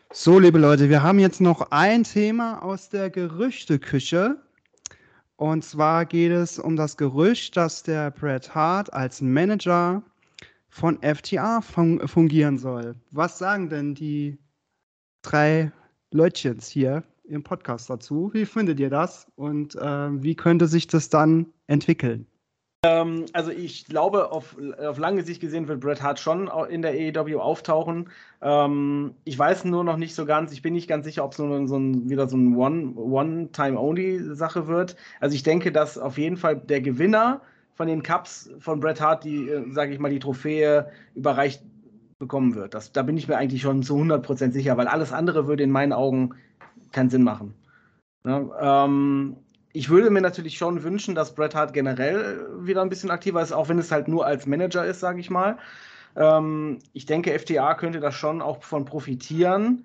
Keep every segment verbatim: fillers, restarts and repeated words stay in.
So, liebe Leute, wir haben jetzt noch ein Thema aus der Gerüchteküche. Und zwar geht es um das Gerücht, dass der Bret Hart als Manager von F T R fun fungieren soll. Was sagen denn die drei Leutchens hier im Podcast dazu? Wie findet ihr das? Und äh, wie könnte sich das dann entwickeln? Ähm, also ich glaube, auf, auf lange Sicht gesehen wird Bret Hart schon in der A E W auftauchen. Ähm, ich weiß nur noch nicht so ganz, ich bin nicht ganz sicher, ob es nur so ein, wieder so ein One, One-Time-Only-Sache wird. Also ich denke, dass auf jeden Fall der Gewinner von den Cups von Bret Hart, die, sage ich mal, die Trophäe überreicht bekommen wird. Das, da bin ich mir eigentlich schon zu hundert Prozent sicher, weil alles andere würde in meinen Augen keinen Sinn machen. Ja, ähm, ich würde mir natürlich schon wünschen, dass Bret Hart generell wieder ein bisschen aktiver ist, auch wenn es halt nur als Manager ist, sage ich mal. Ähm, ich denke, F T R könnte da schon auch von profitieren,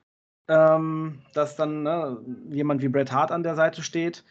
ähm, dass dann ne, jemand wie Bret Hart an der Seite steht.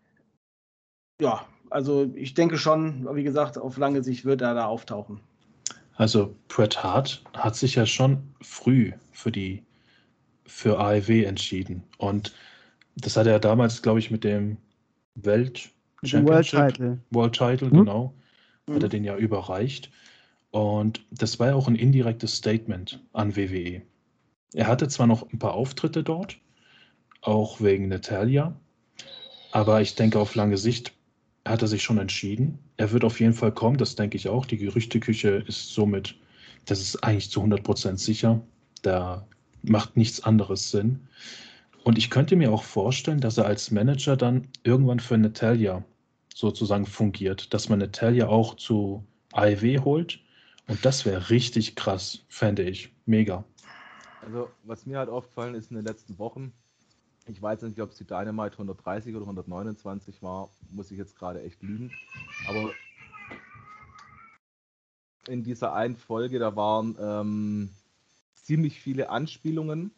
Ja, also ich denke schon, wie gesagt, auf lange Sicht wird er da auftauchen. Also Bret Hart hat sich ja schon früh für die für A E W entschieden. Und das hat er damals, glaube ich, mit dem Welt Championship, World Title, World Title, hm? genau, Mhm. hat er den ja überreicht. Und das war ja auch ein indirektes Statement an W W E. Er hatte zwar noch ein paar Auftritte dort, auch wegen Natalya, aber ich denke, auf lange Sicht hat er sich schon entschieden. Er wird auf jeden Fall kommen, das denke ich auch. Die Gerüchteküche ist somit, das ist eigentlich zu hundert Prozent sicher. Da macht nichts anderes Sinn. Und ich könnte mir auch vorstellen, dass er als Manager dann irgendwann für Natalya sozusagen fungiert, dass man Natalya auch zu A E W holt. Und das wäre richtig krass, fände ich. Mega. Also, was mir halt aufgefallen ist in den letzten Wochen, ich weiß nicht, ob es die Dynamite hundertdreißig oder hundertneunundzwanzig war, muss ich jetzt gerade echt lügen. Aber in dieser einen Folge, da waren ähm, ziemlich viele Anspielungen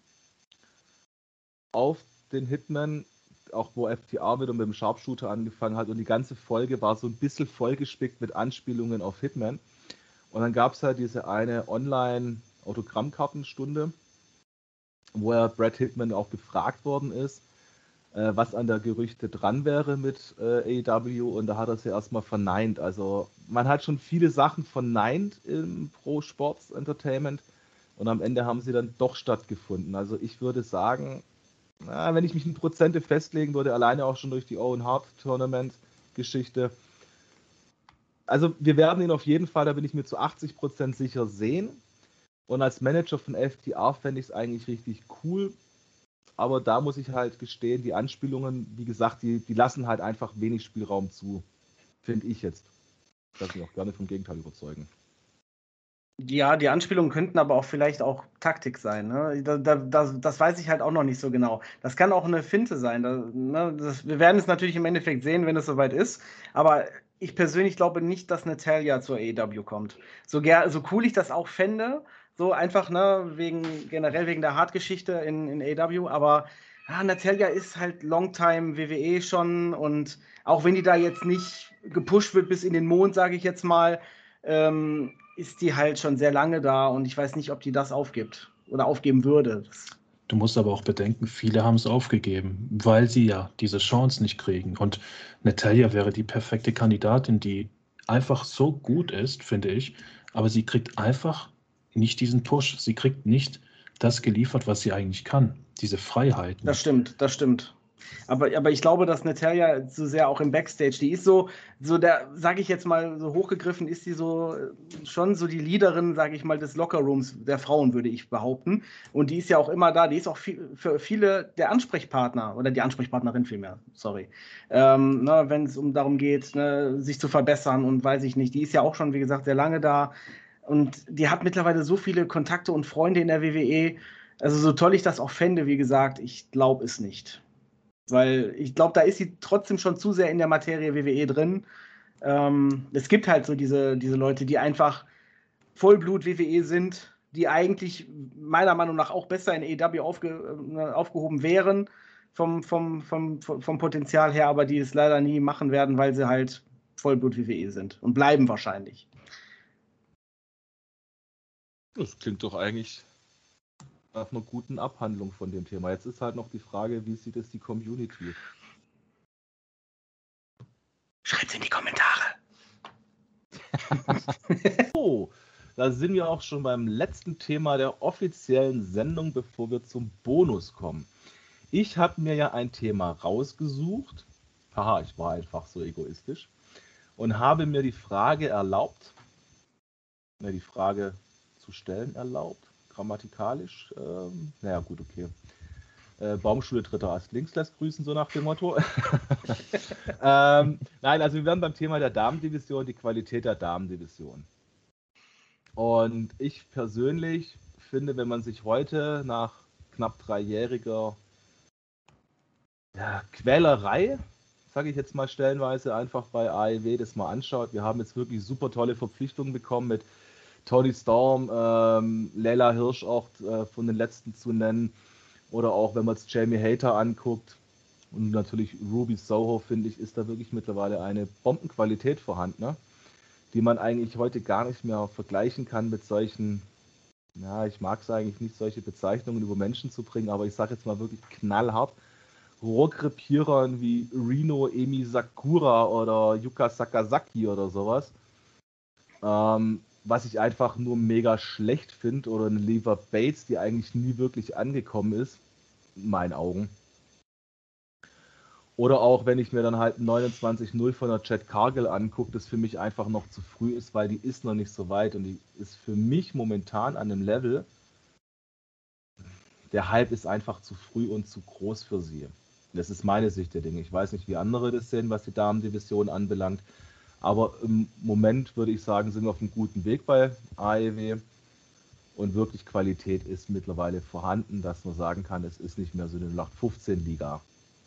auf den Hitman, auch wo F T R wieder mit dem Sharpshooter angefangen hat, und die ganze Folge war so ein bisschen vollgespickt mit Anspielungen auf Hitman. Und dann gab es halt diese eine Online-Autogrammkartenstunde, wo er Brad Hitman auch gefragt worden ist, äh, was an der Gerüchte dran wäre mit äh, A E W, und da hat er sie erstmal verneint. Also man hat schon viele Sachen verneint im Pro Sports Entertainment, und am Ende haben sie dann doch stattgefunden. Also ich würde sagen, na, wenn ich mich in Prozente festlegen würde, alleine auch schon durch die Owen Hart Tournament Geschichte. Also wir werden ihn auf jeden Fall, da bin ich mir zu achtzig Prozent sicher, sehen. Und als Manager von F T R fände ich es eigentlich richtig cool. Aber da muss ich halt gestehen, die Anspielungen, wie gesagt, die, die lassen halt einfach wenig Spielraum zu. Finde ich jetzt. Ich lasse mich auch gerne vom Gegenteil überzeugen. Ja, die Anspielungen könnten aber auch vielleicht auch Taktik sein. Ne? Da, da, das, das weiß ich halt auch noch nicht so genau. Das kann auch eine Finte sein. Da, ne? das, wir werden es natürlich im Endeffekt sehen, wenn es soweit ist. Aber ich persönlich glaube nicht, dass Natalya zur A E W kommt. So, ger so cool ich das auch fände, so einfach ne, wegen, generell wegen der Hard-Geschichte in, in A E W. Aber ja, Natalya ist halt Longtime W W E schon. Und auch wenn die da jetzt nicht gepusht wird bis in den Mond, sage ich jetzt mal, ähm, ist die halt schon sehr lange da, und ich weiß nicht, ob die das aufgibt oder aufgeben würde. Du musst aber auch bedenken, viele haben es aufgegeben, weil sie ja diese Chance nicht kriegen. Und Natalya wäre die perfekte Kandidatin, die einfach so gut ist, finde ich, aber sie kriegt einfach nicht diesen Push. Sie kriegt nicht das geliefert, was sie eigentlich kann. Diese Freiheiten. Das stimmt, das stimmt. Aber, aber ich glaube, dass Natalya so sehr auch im Backstage, die ist so, so der, sage ich jetzt mal, so hochgegriffen, ist die so schon so die Leaderin, sage ich mal, des Lockerrooms der Frauen, würde ich behaupten. Und die ist ja auch immer da, die ist auch viel, für viele der Ansprechpartner oder die Ansprechpartnerin vielmehr, sorry. Ähm, ne, wenn es um darum geht, ne, sich zu verbessern und weiß ich nicht, die ist ja auch schon, wie gesagt, sehr lange da. Und die hat mittlerweile so viele Kontakte und Freunde in der W W E. Also so toll ich das auch fände, wie gesagt, ich glaube es nicht. Weil ich glaube, da ist sie trotzdem schon zu sehr in der Materie W W E drin. Ähm, es gibt halt so diese, diese Leute, die einfach Vollblut-W W E sind, die eigentlich meiner Meinung nach auch besser in A E W aufge, äh, aufgehoben wären, vom, vom, vom, vom Potenzial her, aber die es leider nie machen werden, weil sie halt Vollblut-W W E sind und bleiben wahrscheinlich. Das klingt doch eigentlich auf einer guten Abhandlung von dem Thema. Jetzt ist halt noch die Frage, wie sieht es die Community? Schreibt's in die Kommentare. So, da sind wir auch schon beim letzten Thema der offiziellen Sendung, bevor wir zum Bonus kommen. Ich habe mir ja ein Thema rausgesucht. Haha, ich war einfach so egoistisch. Und habe mir die Frage erlaubt, ne, die Frage zu stellen erlaubt, grammatikalisch. Ähm, naja, gut, okay. Äh, Baumschule dritter Ast links lässt grüßen, so nach dem Motto. ähm, nein, also wir werden beim Thema der Damendivision, die Qualität der Damendivision. Und ich persönlich finde, wenn man sich heute nach knapp dreijähriger ja, Quälerei, sage ich jetzt mal stellenweise, einfach bei A E W das mal anschaut. Wir haben jetzt wirklich super tolle Verpflichtungen bekommen mit Toni Storm, ähm, Leila Hirsch auch äh, von den letzten zu nennen. Oder auch, wenn man es Jamie Hayter anguckt und natürlich Ruby Soho, finde ich, ist da wirklich mittlerweile eine Bombenqualität vorhanden, ne? Die man eigentlich heute gar nicht mehr vergleichen kann mit solchen, ja, ich mag es eigentlich nicht, solche Bezeichnungen über Menschen zu bringen, aber ich sage jetzt mal wirklich knallhart, Rohrkrepierern wie Rino Emi Sakura oder Yuka Sakazaki oder sowas, ähm, was ich einfach nur mega schlecht finde, oder eine Leva Bates, die eigentlich nie wirklich angekommen ist, in meinen Augen. Oder auch, wenn ich mir dann halt neunundzwanzig null von der Chad Cargill angucke, das für mich einfach noch zu früh ist, weil die ist noch nicht so weit und die ist für mich momentan an einem Level, der Hype ist einfach zu früh und zu groß für sie. Das ist meine Sicht der Dinge. Ich weiß nicht, wie andere das sehen, was die Damendivision anbelangt, aber im Moment würde ich sagen, sind wir auf einem guten Weg bei A E W und wirklich Qualität ist mittlerweile vorhanden, dass man sagen kann, es ist nicht mehr so eine null acht fünfzehn Liga.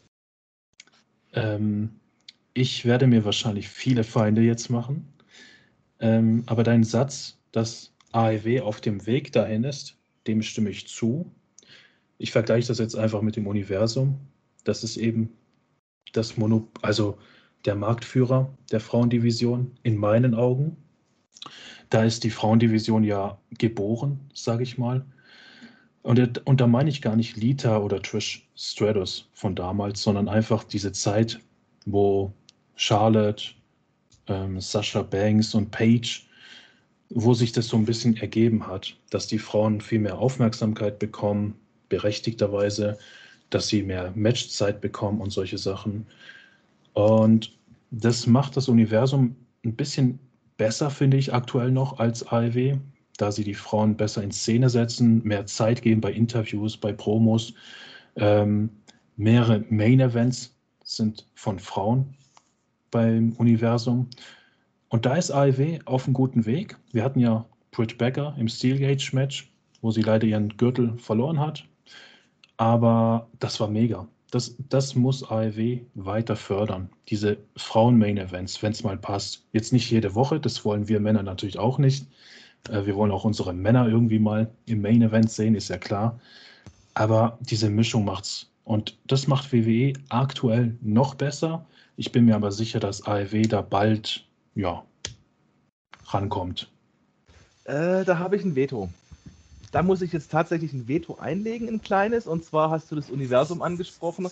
Ähm, ich werde mir wahrscheinlich viele Feinde jetzt machen, ähm, aber dein Satz, dass A E W auf dem Weg dahin ist, dem stimme ich zu. Ich vergleiche das jetzt einfach mit dem Universum. Das ist eben das Mono, also der Marktführer der Frauendivision in meinen Augen. Da ist die Frauendivision ja geboren, sage ich mal. Und, und da meine ich gar nicht Lita oder Trish Stratus von damals, sondern einfach diese Zeit, wo Charlotte, ähm, Sasha Banks und Paige, wo sich das so ein bisschen ergeben hat, dass die Frauen viel mehr Aufmerksamkeit bekommen, berechtigterweise, dass sie mehr Matchzeit bekommen und solche Sachen. Und das macht das Universum ein bisschen besser, finde ich, aktuell noch als A E W, da sie die Frauen besser in Szene setzen, mehr Zeit geben bei Interviews, bei Promos. Ähm, mehrere Main-Events sind von Frauen beim Universum. Und da ist A E W auf einem guten Weg. Wir hatten ja Britt Baker im Steel Cage Match, wo sie leider ihren Gürtel verloren hat. Aber das war mega. Das, das muss A E W weiter fördern. Diese Frauen-Main-Events, wenn es mal passt. Jetzt nicht jede Woche, das wollen wir Männer natürlich auch nicht. Äh, wir wollen auch unsere Männer irgendwie mal im Main-Event sehen, ist ja klar. Aber diese Mischung macht's. Und das macht W W E aktuell noch besser. Ich bin mir aber sicher, dass A E W da bald, ja, rankommt. Äh, da habe ich ein Veto. Da muss ich jetzt tatsächlich ein Veto einlegen, ein kleines. Und zwar hast du das Universum angesprochen.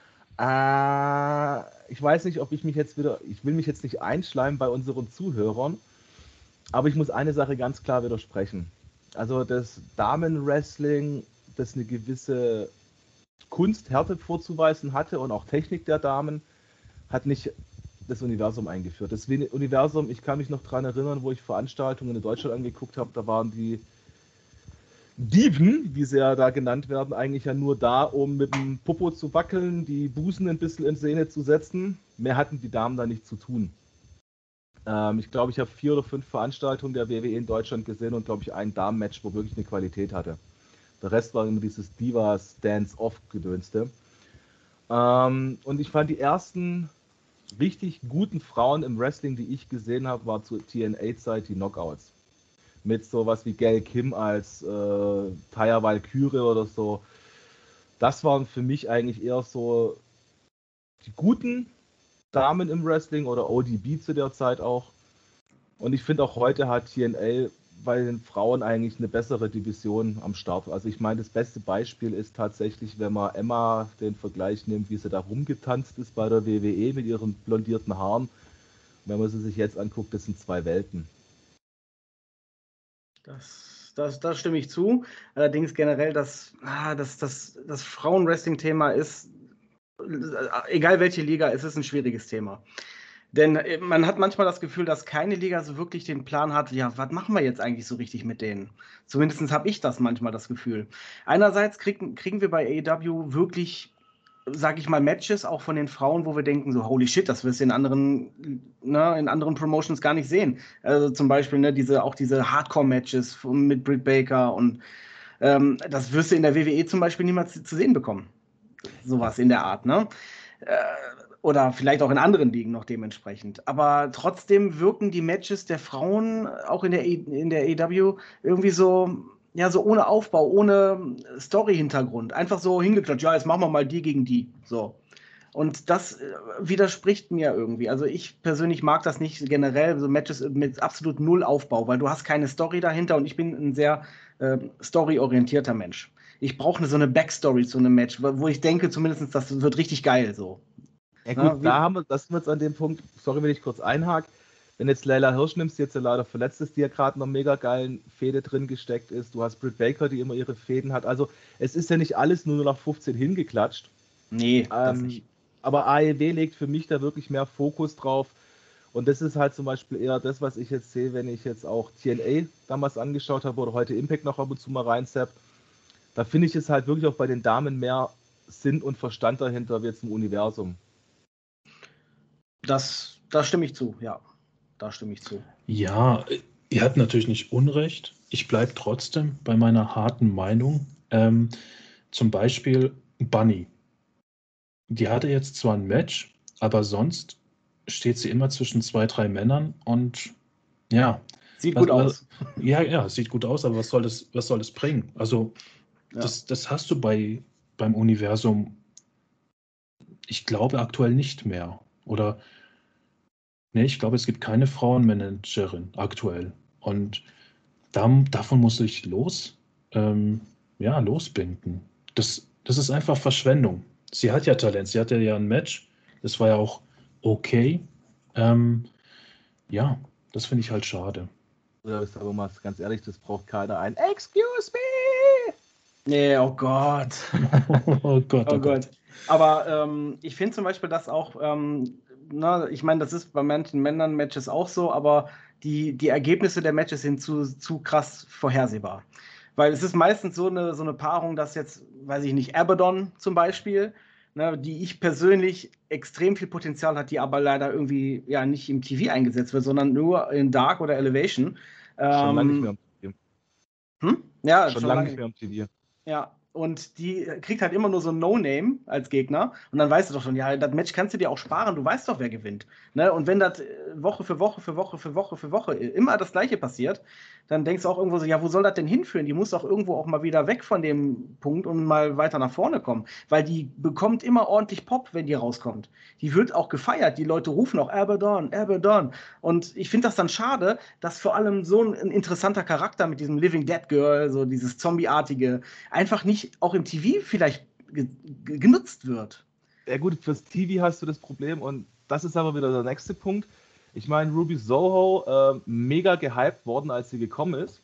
Äh, ich weiß nicht, ob ich mich jetzt wieder, ich will mich jetzt nicht einschleimen bei unseren Zuhörern, aber ich muss eine Sache ganz klar widersprechen. Also das Damenwrestling, das eine gewisse Kunsthärte vorzuweisen hatte und auch Technik der Damen, hat nicht das Universum eingeführt. Das Universum, ich kann mich noch daran erinnern, wo ich Veranstaltungen in Deutschland angeguckt habe, da waren die Diven, wie sie ja da genannt werden, eigentlich ja nur da, um mit dem Popo zu wackeln, die Busen ein bisschen in Szene zu setzen. Mehr hatten die Damen da nicht zu tun. Ähm, ich glaube, ich habe vier oder fünf Veranstaltungen der W W E in Deutschland gesehen und, glaube ich, ein Damen-Match, wo wirklich eine Qualität hatte. Der Rest war immer dieses Divas-Dance-Off-Gedönste. Ähm, und ich fand die ersten richtig guten Frauen im Wrestling, die ich gesehen habe, war zur T N A-Zeit die Knockouts. Mit sowas wie Gail Kim als äh, Taya Valkyrie oder so. Das waren für mich eigentlich eher so die guten Damen im Wrestling oder O D B zu der Zeit auch. Und ich finde auch heute hat T N A bei den Frauen eigentlich eine bessere Division am Start. Also ich meine, das beste Beispiel ist tatsächlich, wenn man Emma den Vergleich nimmt, wie sie da rumgetanzt ist bei der W W E mit ihren blondierten Haaren. Wenn man sie sich jetzt anguckt, das sind zwei Welten. Das, das, das stimme ich zu. Allerdings generell, das, ah, das, das, das Frauenwrestling-Thema ist, egal welche Liga, es ist ein schwieriges Thema. Denn man hat manchmal das Gefühl, dass keine Liga so wirklich den Plan hat, ja, was machen wir jetzt eigentlich so richtig mit denen? Zumindest habe ich das manchmal das Gefühl. Einerseits kriegen, kriegen wir bei A E W wirklich, sag ich mal, Matches auch von den Frauen, wo wir denken, so holy shit, das wirst du in anderen, ne, in anderen Promotions gar nicht sehen. Also zum Beispiel ne, diese, auch diese Hardcore-Matches mit Britt Baker und ähm, das wirst du in der W W E zum Beispiel niemals zu sehen bekommen. Sowas in der Art, ne? Äh, Oder vielleicht auch in anderen Ligen noch dementsprechend. Aber trotzdem wirken die Matches der Frauen auch in der, e in der A E W irgendwie so, ja, so ohne Aufbau, ohne Story-Hintergrund. Einfach so hingeklatscht, ja, jetzt machen wir mal die gegen die. So. Und das widerspricht mir irgendwie. Also ich persönlich mag das nicht generell, so Matches mit absolut null Aufbau, weil du hast keine Story dahinter und ich bin ein sehr äh, story-orientierter Mensch. Ich brauche so eine Backstory zu einem Match, wo ich denke zumindest, das wird richtig geil so. Ja gut, Ja, da haben wir, das sind wir jetzt an dem Punkt, sorry, wenn ich kurz einhake, wenn jetzt Layla Hirsch nimmst, die jetzt ja leider verletzt ist, die ja gerade noch mega geilen Fehde drin gesteckt ist, du hast Britt Baker, die immer ihre Fäden hat, also es ist ja nicht alles nur nach fünfzehn hingeklatscht. Nee, das ähm, nicht. Aber A E W legt für mich da wirklich mehr Fokus drauf und das ist halt zum Beispiel eher das, was ich jetzt sehe, wenn ich jetzt auch T N A damals angeschaut habe oder heute Impact noch ab und zu mal reinzapp, da finde ich es halt wirklich auch bei den Damen mehr Sinn und Verstand dahinter wie jetzt im Universum. Das, da stimme ich zu, ja. Da stimme ich zu. Ja, ihr habt natürlich nicht Unrecht. Ich bleibe trotzdem bei meiner harten Meinung. Ähm, zum Beispiel Bunny. Die hatte jetzt zwar ein Match, aber sonst steht sie immer zwischen zwei, drei Männern und ja. Sieht was, gut aus. Ja, ja, sieht gut aus, aber was soll das, was soll das bringen? Also, Ja. das, das hast du bei, beim Universum, ich glaube, aktuell nicht mehr. Oder, nee, ich glaube, es gibt keine Frauenmanagerin aktuell. Und da, davon muss ich los, ähm, ja, losbinden. Das, das ist einfach Verschwendung. Sie hat ja Talent, sie hatte ja ein Match, das war ja auch okay. Ähm, ja, das finde ich halt schade. Ja, ist aber mal ganz ehrlich, das braucht keiner ein Excuse me! Nee, oh Gott. Oh Gott, Oh oh Gott. Gott. Aber ähm, ich finde zum Beispiel, dass auch, ähm, na, ich meine, das ist bei manchen Männern-Matches auch so, aber die, die Ergebnisse der Matches sind zu, zu krass vorhersehbar. Weil es ist meistens so eine, so eine Paarung, dass jetzt, weiß ich nicht, Abaddon zum Beispiel, ne, die ich persönlich extrem viel Potenzial hat, die aber leider irgendwie ja nicht im T V eingesetzt wird, sondern nur in Dark oder Elevation. Schon lange nicht mehr Ähm, am T V. hm? Ja, Schon lange nicht mehr am T V. Ja, und die kriegt halt immer nur so ein No-Name als Gegner. Und dann weißt du doch schon, ja, das Match kannst du dir auch sparen, du weißt doch, wer gewinnt. Ne? Und wenn das Woche für Woche für Woche für Woche für Woche immer das Gleiche passiert, dann denkst du auch irgendwo so, ja, wo soll das denn hinführen? Die muss doch irgendwo auch mal wieder weg von dem Punkt und mal weiter nach vorne kommen. Weil die bekommt immer ordentlich Pop, wenn die rauskommt. Die wird auch gefeiert. Die Leute rufen auch Abaddon, Abaddon. Und ich finde das dann schade, dass vor allem so ein, ein interessanter Charakter mit diesem Living Dead Girl, so dieses Zombie-artige, einfach nicht auch im T V vielleicht ge ge genutzt wird. Ja gut, fürs T V hast du das Problem und das ist aber wieder der nächste Punkt. Ich meine, Ruby Soho, äh, mega gehypt worden, als sie gekommen ist.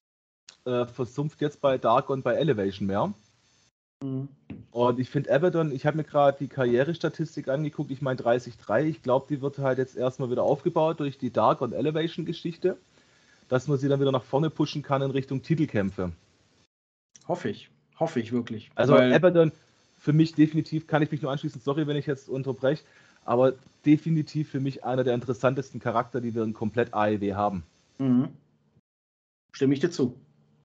Äh, versumpft jetzt bei Dark und bei Elevation mehr. Mhm. Und ich finde Abaddon, ich habe mir gerade die Karrierestatistik angeguckt, ich meine dreißig drei, ich glaube, die wird halt jetzt erstmal wieder aufgebaut durch die Dark und Elevation Geschichte, dass man sie dann wieder nach vorne pushen kann in Richtung Titelkämpfe. Hoffe ich. Hoffe ich wirklich. Also Abaddon, für mich definitiv, kann ich mich nur anschließen, sorry, wenn ich jetzt unterbreche, aber definitiv für mich einer der interessantesten Charakter, die wir in komplett A E W haben. Mhm. Stimme ich dir zu.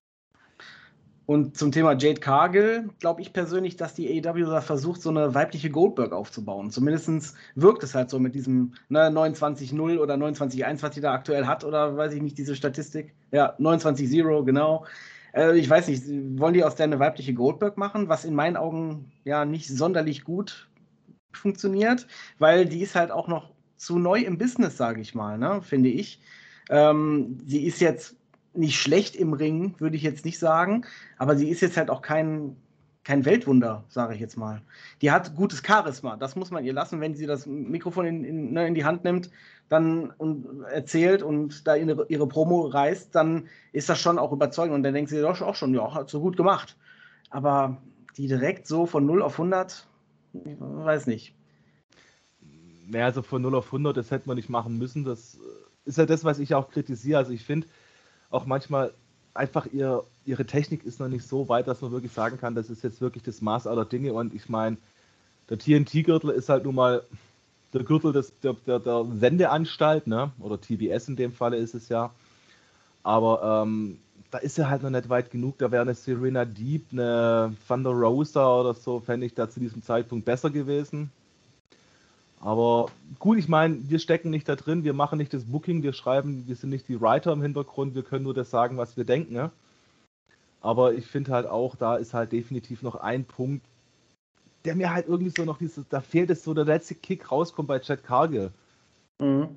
Und zum Thema Jade Cargill glaube ich persönlich, dass die A E W da versucht, so eine weibliche Goldberg aufzubauen. Zumindest wirkt es halt so mit diesem ne, neunundzwanzig null oder neunundzwanzig eins, was die da aktuell hat, oder weiß ich nicht, diese Statistik. Ja, neunundzwanzig null, genau. Äh, ich weiß nicht, wollen die aus der eine weibliche Goldberg machen, was in meinen Augen ja nicht sonderlich gut funktioniert, weil die ist halt auch noch zu neu im Business, sage ich mal, ne, finde ich. Ähm, sie ist jetzt nicht schlecht im Ring, würde ich jetzt nicht sagen, aber sie ist jetzt halt auch kein, kein Weltwunder, sage ich jetzt mal. Die hat gutes Charisma, das muss man ihr lassen, wenn sie das Mikrofon in, in, ne, in die Hand nimmt, dann und erzählt und da ihre, ihre Promo reißt, dann ist das schon auch überzeugend und dann denkt sie doch auch schon, ja, hat so gut gemacht. Aber die direkt so von null auf hundert, ich weiß nicht. Naja, also von null auf hundert, das hätte man nicht machen müssen. Das ist ja das, was ich auch kritisiere. Also ich finde auch manchmal einfach, ihr, ihre Technik ist noch nicht so weit, dass man wirklich sagen kann, das ist jetzt wirklich das Maß aller Dinge. Und ich meine, der T N T-Gürtel ist halt nun mal der Gürtel des, der, der, der Sendeanstalt, ne? Oder T B S in dem Falle ist es ja. Aber ähm, da ist er halt noch nicht weit genug. Da wäre eine Serena Deeb, eine Thunder Rosa oder so, fände ich da zu diesem Zeitpunkt besser gewesen. Aber gut, ich meine, wir stecken nicht da drin, wir machen nicht das Booking, wir schreiben, wir sind nicht die Writer im Hintergrund, wir können nur das sagen, was wir denken. Ne? Aber ich finde halt auch, da ist halt definitiv noch ein Punkt, der mir halt irgendwie so noch dieses, da fehlt es so, der letzte Kick rauskommt bei Chad Cargill. Mhm.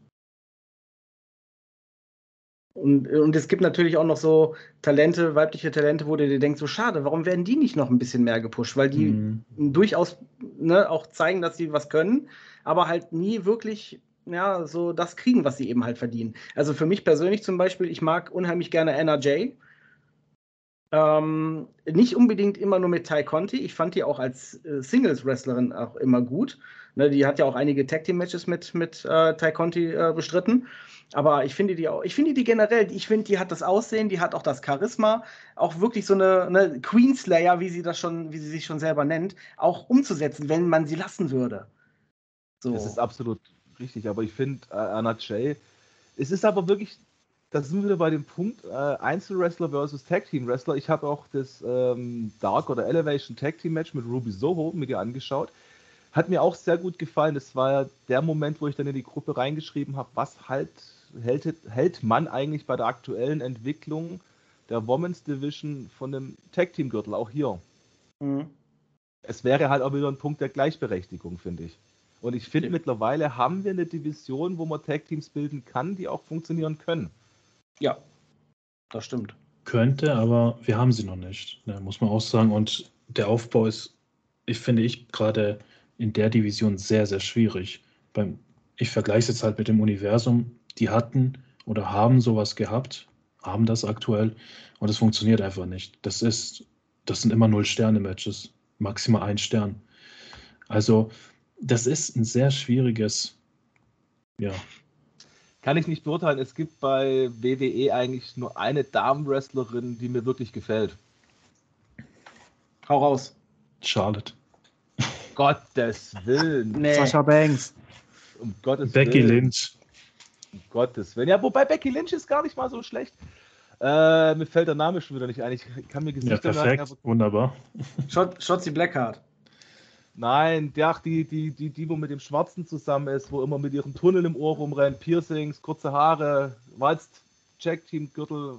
Und, und es gibt natürlich auch noch so Talente, weibliche Talente, wo du dir denkst, so schade, warum werden die nicht noch ein bisschen mehr gepusht? Weil die Mhm. durchaus ne, auch zeigen, dass sie was können, aber halt nie wirklich ja, so das kriegen, was sie eben halt verdienen. Also für mich persönlich zum Beispiel, ich mag unheimlich gerne Anna Jay. Ähm, nicht unbedingt immer nur mit Ty Conti. Ich fand die auch als äh, Singles-Wrestlerin auch immer gut. Ne, die hat ja auch einige Tag-Team-Matches mit, mit äh, Ty Conti äh, bestritten. Aber ich finde die auch, ich finde die generell, ich finde, die hat das Aussehen, die hat auch das Charisma, auch wirklich so eine, eine Queen Slayer, wie sie das schon, wie sie sich schon selber nennt, auch umzusetzen, wenn man sie lassen würde. So. Das ist absolut richtig, aber ich finde, äh, Anna Jay, es ist aber wirklich, da sind wir wieder bei dem Punkt, äh, Einzelwrestler versus Tag Team Wrestler. Ich habe auch das ähm, Dark oder Elevation Tag Team Match mit Ruby Soho mit ihr angeschaut. Hat mir auch sehr gut gefallen. Das war ja der Moment, wo ich dann in die Gruppe reingeschrieben habe, was halt hält, hält man eigentlich bei der aktuellen Entwicklung der Women's Division von dem Tag Team Gürtel, auch hier. Mhm. Es wäre halt auch wieder ein Punkt der Gleichberechtigung, finde ich. Und ich finde, Ja. mittlerweile haben wir eine Division, wo man Tag-Teams bilden kann, die auch funktionieren können. Ja, das stimmt. Könnte, aber wir haben sie noch nicht, ne, muss man auch sagen. Und der Aufbau ist, ich finde ich, gerade in der Division sehr, sehr schwierig. Beim, ich vergleiche es jetzt halt mit dem Universum. Die hatten oder haben sowas gehabt, haben das aktuell und es funktioniert einfach nicht. Das ist, das sind immer Null-Sterne-Matches, maximal ein Stern. Also das ist ein sehr schwieriges, ja. Kann ich nicht beurteilen. Es gibt bei W W E eigentlich nur eine Damenwrestlerin, die mir wirklich gefällt. Hau raus. Charlotte. Gottes Willen. Nee. Sasha Banks. Um Gottes Becky Willen. Lynch. Um Gottes Willen. Ja, wobei Becky Lynch ist gar nicht mal so schlecht. Äh, mir fällt der Name schon wieder nicht ein. Ich kann mir Ja, Gesichter perfekt, merken, aber wunderbar. Shot, Shotzi Blackheart. nein, der, die, die, die, die, wo mit dem Schwarzen zusammen ist, wo immer mit ihrem Tunnel im Ohr rumrennt, Piercings, kurze Haare, walzt, Jack-Team-Gürtel.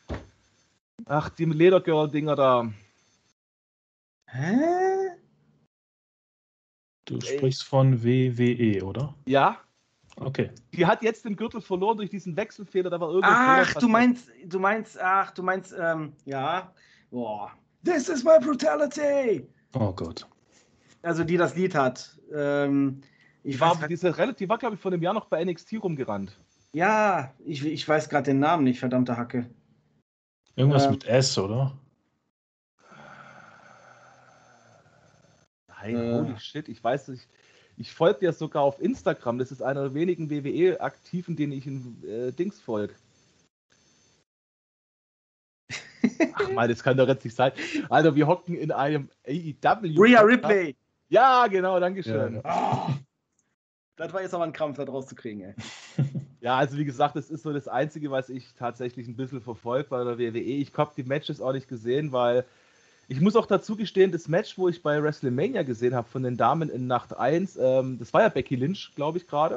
Ach, die Ledergirl-Dinger da. Hä? Du sprichst von W W E, oder? Ja, Okay. die hat jetzt den Gürtel verloren durch diesen Wechselfehler, da war irgendein Fehler Ach, passiert. du meinst, du meinst, ach, du meinst, ähm, ja. Boah. This is my brutality. Oh Gott. Also, die das Lied hat. Ähm, ich Die war, weiß, diese, relativ- die war, glaube ich, vor einem Jahr noch bei N X T rumgerannt. ja, ich, ich weiß gerade den Namen nicht, verdammte Hacke. Irgendwas Ähm, mit S, oder? Nein, Äh. holy shit, ich weiß nicht. Ich folge dir sogar auf Instagram. Das ist einer der wenigen W W E-Aktiven, denen ich in äh, Dings folge. Ach mal, das kann doch jetzt nicht sein. Alter, wir hocken in einem A E W. Rhea Ripley. Ja, genau, dankeschön. Ja, Ja, Oh, das war jetzt aber ein Krampf, da draus zu kriegen, ey. also wie gesagt, das ist so das Einzige, was ich tatsächlich ein bisschen verfolge bei der W W E. Ich habe die Matches auch nicht gesehen, weil ich muss auch dazu gestehen, das Match, wo ich bei WrestleMania gesehen habe von den Damen in Nacht eins, ähm, das war ja Becky Lynch, glaube ich, gerade.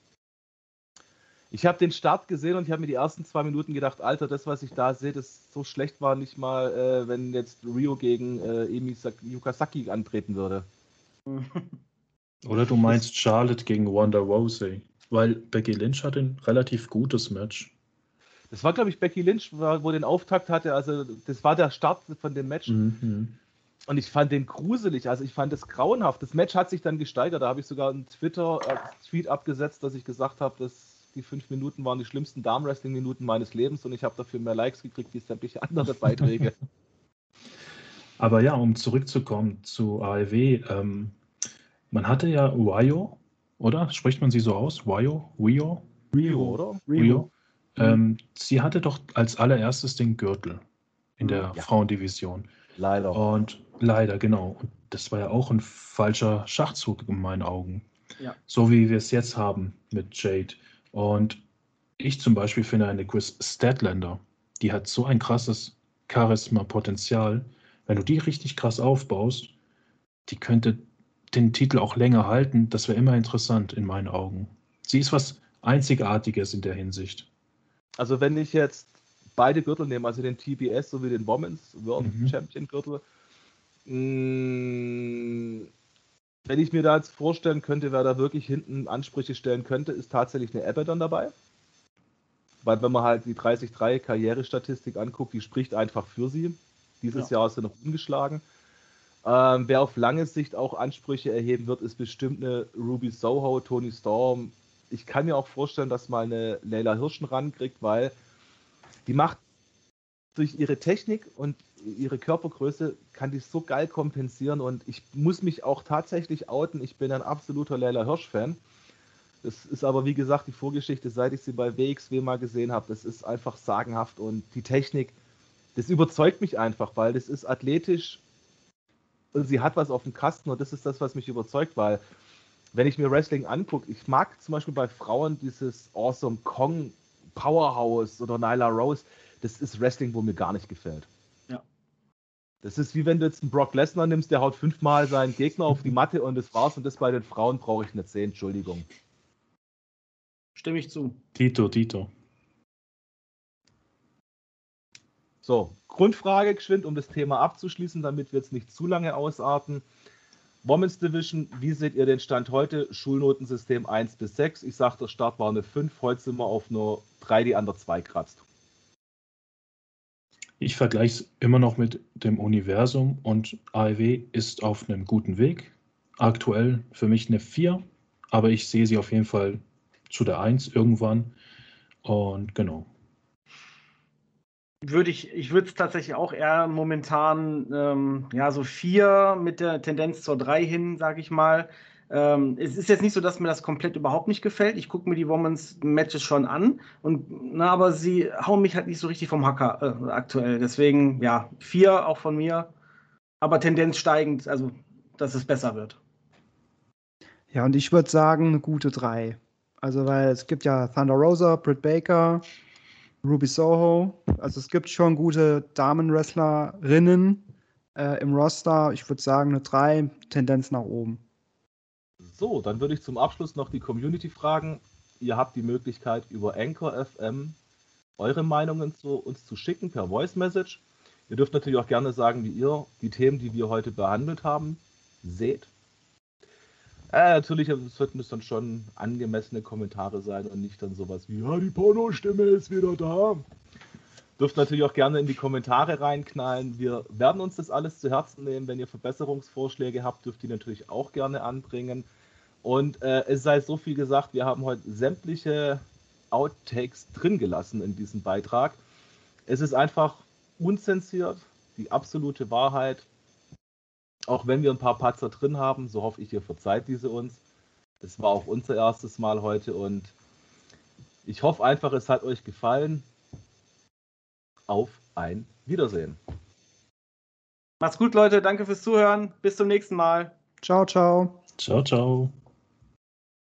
Ich habe den Start gesehen und ich habe mir die ersten zwei Minuten gedacht, Alter, das, was ich da sehe, das so schlecht war nicht mal, äh, wenn jetzt Rio gegen äh, Emi Yukasaki antreten würde. Oder du meinst Charlotte gegen Ronda Rousey. Weil Becky Lynch hat ein relativ gutes Match. Das war, glaube ich, Becky Lynch, wo, wo den Auftakt hatte. Also, das war der Start von dem Match. Mhm. Und ich fand den gruselig. Also, ich fand das grauenhaft. Das Match hat sich dann gesteigert. Da habe ich sogar einen Twitter-Tweet abgesetzt, dass ich gesagt habe, dass die fünf Minuten waren die schlimmsten Damen-Wrestling-Minuten meines Lebens und ich habe dafür mehr Likes gekriegt wie sämtliche andere Beiträge. Aber ja, um zurückzukommen zu A E W, ähm, man hatte ja Wyo, oder? Spricht man sie so aus? Wyo? Wyo? Rio, oder? Wyo? Ähm, sie hatte doch als allererstes den Gürtel in der Ja. Frauendivision. Leider. Und leider, genau. Und das war ja auch ein falscher Schachzug in meinen Augen. Ja. So wie wir es jetzt haben mit Jade. Und ich zum Beispiel finde eine Chris Statlander, die hat so ein krasses Charisma-Potenzial. Wenn du die richtig krass aufbaust, die könnte den Titel auch länger halten. Das wäre immer interessant in meinen Augen. Sie ist was Einzigartiges in der Hinsicht. Also wenn ich jetzt beide Gürtel nehme, also den T B S sowie den Women's World Mhm. Champion Gürtel, mh, wenn ich mir da jetzt vorstellen könnte, wer da wirklich hinten Ansprüche stellen könnte, ist tatsächlich eine Abaddon dabei. Weil wenn man halt die dreißig drei Karrierestatistik anguckt, die spricht einfach für sie. Dieses Ja. Jahr ist sie noch ungeschlagen. Ähm, wer auf lange Sicht auch Ansprüche erheben wird, ist bestimmt eine Ruby Soho, Toni Storm. Ich kann mir auch vorstellen, dass mal eine Leila Hirschen rankriegt, weil die macht durch ihre Technik und ihre Körpergröße kann die so geil kompensieren und ich muss mich auch tatsächlich outen. Ich bin ein absoluter Leila Hirsch-Fan. Das ist aber, wie gesagt, die Vorgeschichte, seit ich sie bei W X W mal gesehen habe, das ist einfach sagenhaft und die Technik, das überzeugt mich einfach, weil das ist athletisch und sie hat was auf dem Kasten und das ist das, was mich überzeugt, weil wenn ich mir Wrestling angucke, ich mag zum Beispiel bei Frauen dieses Awesome Kong Powerhouse oder Nyla Rose, das ist Wrestling, wo mir gar nicht gefällt. Ja. Das ist wie wenn du jetzt einen Brock Lesnar nimmst, der haut fünfmal seinen Gegner auf die Matte und das war's und das bei den Frauen brauche ich nicht sehen, Entschuldigung. Stimme ich zu. Tito, Tito. So, Grundfrage geschwind, um das Thema abzuschließen, damit wir jetzt nicht zu lange ausarten. Women's Division, wie seht ihr den Stand heute? Schulnotensystem eins bis sechs. Ich sagte, der Start war eine fünf, heute sind wir auf nur drei, die an der zwei kratzt. Ich vergleiche es immer noch mit dem Universum und A E W ist auf einem guten Weg. Aktuell für mich eine vier, aber ich sehe sie auf jeden Fall zu der eins irgendwann. Und genau. Würde ich, ich würde es tatsächlich auch eher momentan ähm, ja, so vier mit der Tendenz zur drei hin, sage ich mal. Ähm, es ist jetzt nicht so, dass mir das komplett überhaupt nicht gefällt. Ich gucke mir die Women's Matches schon an, und, na, aber sie hauen mich halt nicht so richtig vom Hacker äh, aktuell. Deswegen, ja, vier auch von mir, aber Tendenz steigend, also dass es besser wird. Ja, und ich würde sagen, eine gute drei. Also, weil es gibt ja Thunder Rosa, Britt Baker, Ruby Soho. Also, es gibt schon gute Damen-Wrestlerinnen äh, im Roster. Ich würde sagen, eine drei, Tendenz nach oben. So, dann würde ich zum Abschluss noch die Community fragen. Ihr habt die Möglichkeit, über Anchor F M eure Meinungen zu uns zu schicken per Voice Message. Ihr dürft natürlich auch gerne sagen, wie ihr die Themen, die wir heute behandelt haben, seht. Äh, natürlich sollten es dann schon angemessene Kommentare sein und nicht dann sowas wie, ja, die Pornostimme ist wieder da. Dürft natürlich auch gerne in die Kommentare reinknallen. Wir werden uns das alles zu Herzen nehmen. Wenn ihr Verbesserungsvorschläge habt, dürft ihr natürlich auch gerne anbringen. Und äh, es sei so viel gesagt, wir haben heute sämtliche Outtakes drin gelassen in diesem Beitrag. Es ist einfach unzensiert, die absolute Wahrheit. Auch wenn wir ein paar Patzer drin haben, so hoffe ich, ihr verzeiht diese uns. Es war auch unser erstes Mal heute und ich hoffe einfach, es hat euch gefallen. Auf ein Wiedersehen. Macht's gut, Leute. Danke fürs Zuhören. Bis zum nächsten Mal. Ciao, ciao. Ciao, ciao.